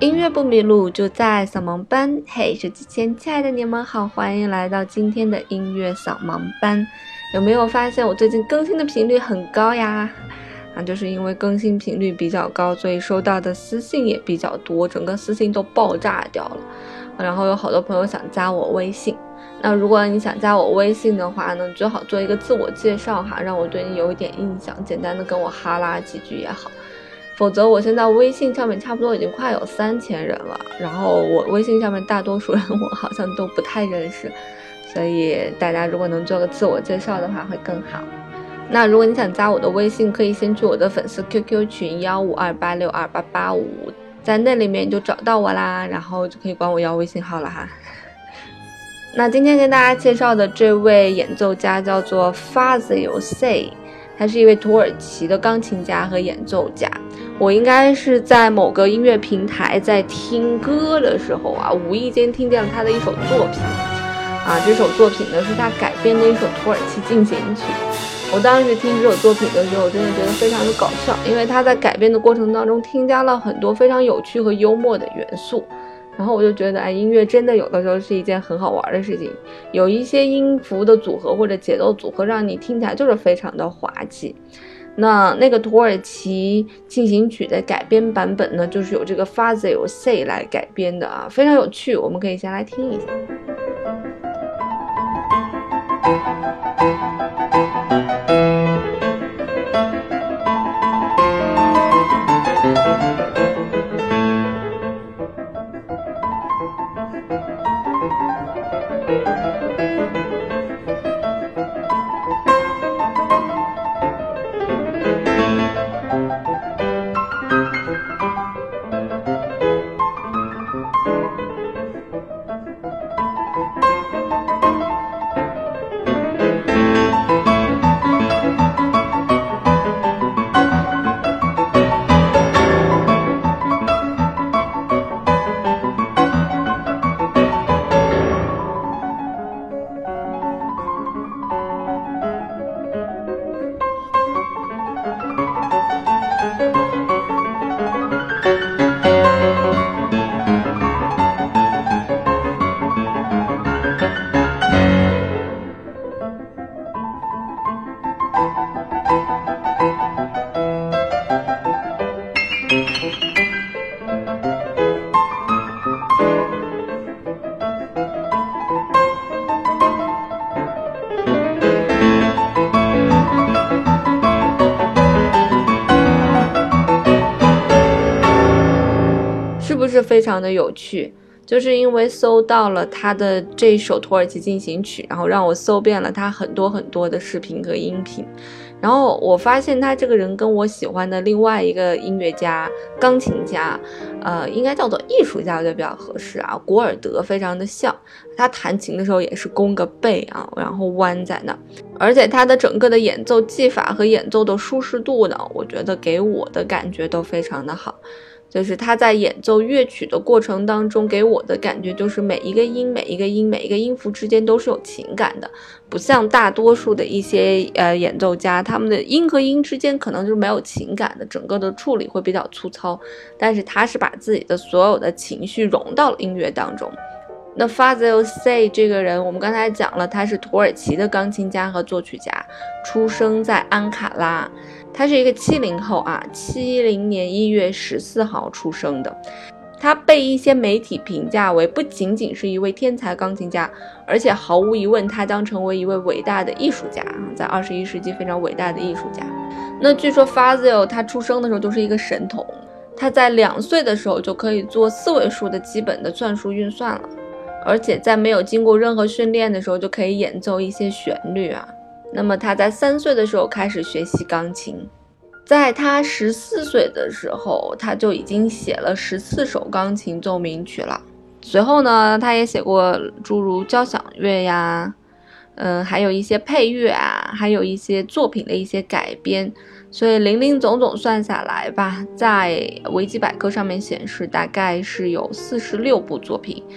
音乐不迷路，就在扫盲班。嘿，手机前亲爱的你们好，欢迎来到今天的音乐扫盲班。有没有发现我最近更新的频率很高呀？就是因为更新频率比较高，所以收到的私信也比较多，整个私信都爆炸掉了。然后有好多朋友想加我微信，那如果你想加我微信的话呢，最好做一个自我介绍哈，让我对你有一点印象，简单的跟我哈拉几句也好。否则我现在微信上面差不多已经快有3000人了，然后我微信上面大多数人我好像都不太认识，所以大家如果能做个自我介绍的话会更好。那如果你想加我的微信，可以先去我的粉丝 QQ 群152862885，在那里面你就找到我啦，然后就可以管我要微信号了哈。那今天跟大家介绍的这位演奏家叫做 Fazil Say， 他是一位土耳其的钢琴家和演奏家。我应该是在某个音乐平台在听歌的时候无意间听见了他的一首作品这首作品呢是他改编的一首土耳其进行曲。我当时听这首作品的时候，我真的觉得非常的搞笑，因为他在改编的过程当中添加了很多非常有趣和幽默的元素。然后我就觉得音乐真的有的时候是一件很好玩的事情，有一些音符的组合或者节奏组合让你听起来就是非常的滑稽。那个土耳其进行曲的改编版本呢，就是由这个 Fazil Say 来改编的非常有趣，我们可以先来听一下。是不是非常的有趣？就是因为搜到了他的这首土耳其进行曲，然后让我搜遍了他很多的视频和音频，然后我发现他这个人跟我喜欢的另外一个音乐家钢琴家应该叫做艺术家就比较合适古尔德非常的像。他弹琴的时候也是弓个背然后弯在那，而且他的整个的演奏技法和演奏的舒适度呢，我觉得给我的感觉都非常的好。就是他在演奏乐曲的过程当中给我的感觉就是每一个音每一个音符之间都是有情感的，不像大多数的一些演奏家，他们的音和音之间可能就是没有情感的，整个的处理会比较粗糙，但是他是把自己的所有的情绪融到了音乐当中。那 Fazil Say 这个人我们刚才讲了，他是土耳其的钢琴家和作曲家，出生在安卡拉。他是一个70后70年1月14号出生的。他被一些媒体评价为不仅仅是一位天才钢琴家，而且毫无疑问他将成为一位伟大的艺术家，在21世纪非常伟大的艺术家。那据说 Fazil 他出生的时候就是一个神童，他在2岁的时候就可以做4位数的基本的算术运算了，而且在没有经过任何训练的时候就可以演奏一些旋律那么他在3岁的时候开始学习钢琴，在他14岁的时候他就已经写了14首钢琴奏鸣曲了。随后呢他也写过诸如交响乐呀还有一些配乐还有一些作品的一些改编，所以零零总总算下来吧，在维基百科上面显示大概是有46部作品，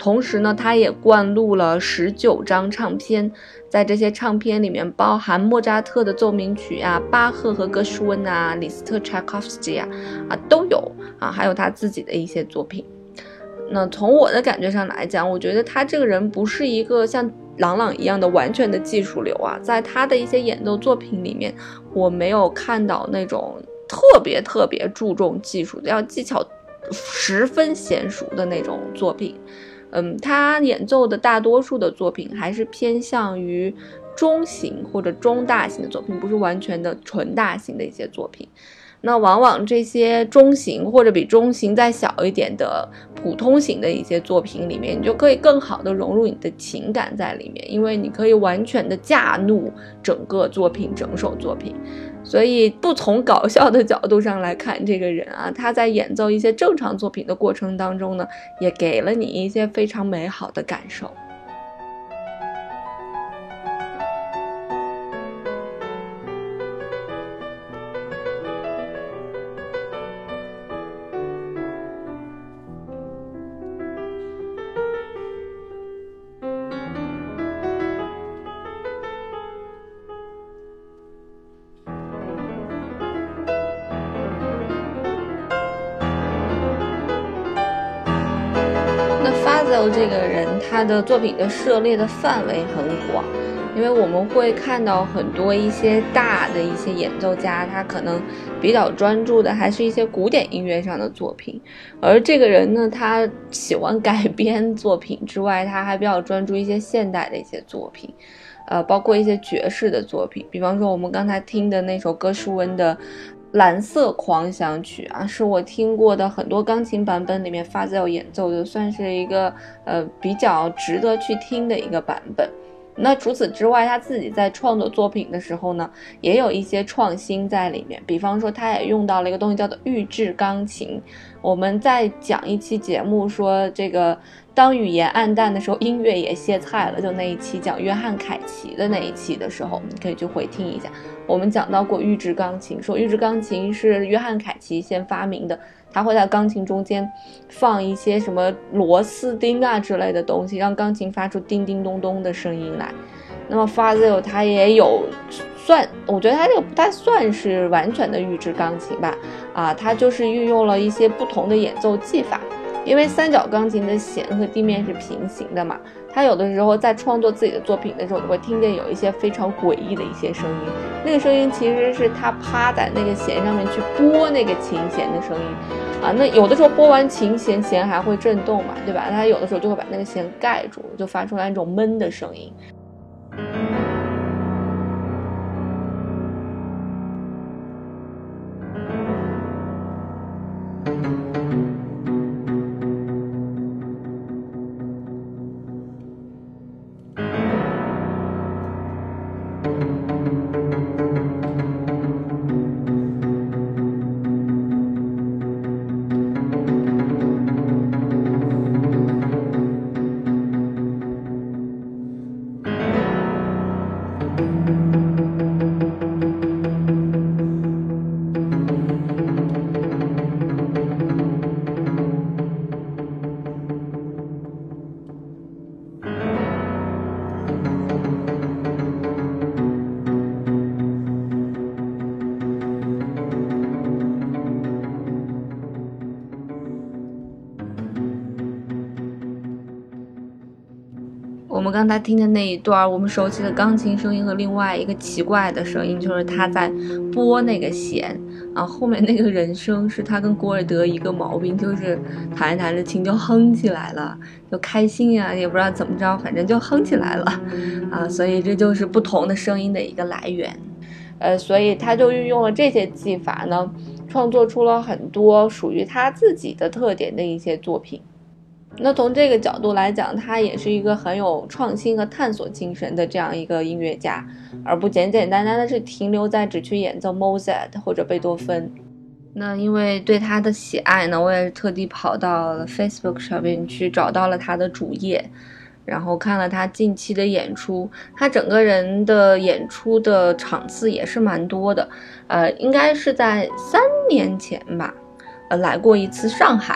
同时呢，他也灌录了19张唱片，在这些唱片里面包含莫扎特的奏鸣曲啊、巴赫和格什温啊、李斯特、柴可夫斯基啊都有啊，还有他自己的一些作品。那从我的感觉上来讲，我觉得他这个人不是一个像郎朗一样的完全的技术流啊，在他的一些演奏作品里面，我没有看到那种特别注重技术的，要技巧十分娴熟的那种作品。他演奏的大多数的作品还是偏向于中型或者中大型的作品，不是完全的纯大型的一些作品。那往往这些中型或者比中型再小一点的普通型的一些作品里面，你就可以更好的融入你的情感在里面，因为你可以完全的驾怒整个作品，整首作品。所以不从搞笑的角度上来看这个人啊，他在演奏一些正常作品的过程当中呢，也给了你一些非常美好的感受。Fazio 这个人，他的作品的涉猎的范围很广，因为我们会看到很多一些大的一些演奏家，他可能比较专注的还是一些古典音乐上的作品，而这个人呢，他喜欢改编作品之外，他还比较专注一些现代的一些作品，包括一些爵士的作品，比方说我们刚才听的那首歌舒温的蓝色狂想曲啊，是我听过的很多钢琴版本里面Fazio演奏的，算是一个比较值得去听的一个版本。那除此之外，他自己在创作作品的时候呢，也有一些创新在里面，比方说他也用到了一个东西叫做预制钢琴。我们在讲一期节目说这个当语言暗淡的时候，音乐也歇菜了，就那一期讲约翰凯奇的那一期的时候，你可以去回听一下。我们讲到过预制钢琴，说预制钢琴是约翰凯奇先发明的，他会在钢琴中间放一些什么螺丝钉啊之类的东西，让钢琴发出叮叮咚咚的声音来。那么 Fazio 他也有我觉得他这个不太算是完全的预制钢琴吧，他就是运用了一些不同的演奏技法，因为三角钢琴的弦和地面是平行的嘛，他有的时候在创作自己的作品的时候，你会听见有一些非常诡异的一些声音，那个声音其实是他趴在那个弦上面去拨那个琴弦的声音那有的时候拨完琴弦还会震动嘛，对吧？他有的时候就会把那个弦盖住，就发出来那种闷的声音。我们刚才听的那一段，我们熟悉的钢琴声音和另外一个奇怪的声音，就是他在拨那个弦后面那个人声是他跟古尔德一个毛病，就是弹着弹着琴就哼起来了，就开心呀，也不知道怎么着，反正就哼起来了所以这就是不同的声音的一个来源。所以他就运用了这些技法呢，创作出了很多属于他自己的特点的一些作品。那从这个角度来讲，他也是一个很有创新和探索精神的这样一个音乐家，而不简简单单的是停留在只去演奏 Mozart 或者贝多芬。那因为对他的喜爱呢，我也是特地跑到了 Facebook 上面去找到了他的主页，然后看了他近期的演出，他整个人的演出的场次也是蛮多的，应该是在3年前吧，来过一次上海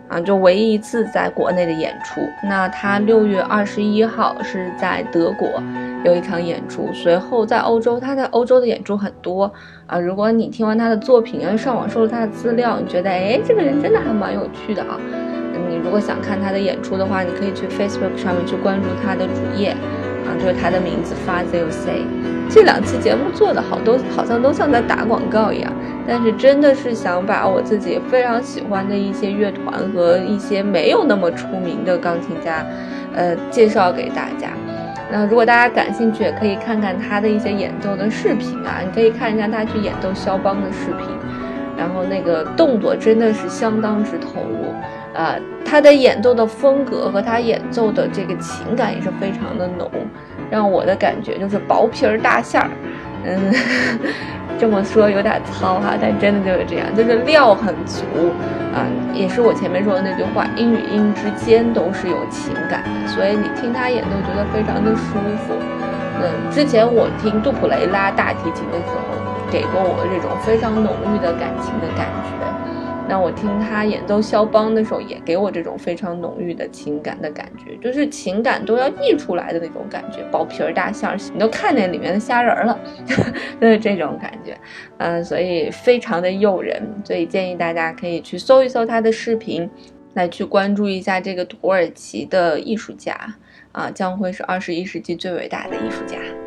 就唯一一次在国内的演出。那他6月21号是在德国有一场演出，随后在欧洲，他在欧洲的演出很多如果你听完他的作品，上网搜了他的资料，你觉得这个人真的还蛮有趣的你如果想看他的演出的话，你可以去 Facebook 上面去关注他的主页就是他的名字 Fazil Say。 这2期节目做的好像都像在打广告一样，但是真的是想把我自己非常喜欢的一些乐团和一些没有那么出名的钢琴家介绍给大家。那如果大家感兴趣，也可以看看他的一些演奏的视频你可以看一下他去演奏肖邦的视频，然后那个动作真的是相当之投入他的演奏的风格和他演奏的这个情感也是非常的浓，让我的感觉就是薄皮儿大馅儿这么说有点糙但真的就是这样，就是料很足也是我前面说的那句话，音与音之间都是有情感的，所以你听他演奏觉得非常的舒服。之前我听杜普雷拉大提琴的时候，给过我这种非常浓郁的感情的感觉。那我听他演奏肖邦的时候，也给我这种非常浓郁的情感的感觉，就是情感都要溢出来的那种感觉，薄皮儿大馅儿，你都看见里面的虾仁了就是这种感觉所以非常的诱人，所以建议大家可以去搜一搜他的视频，来去关注一下这个土耳其的艺术家将会是21世纪最伟大的艺术家。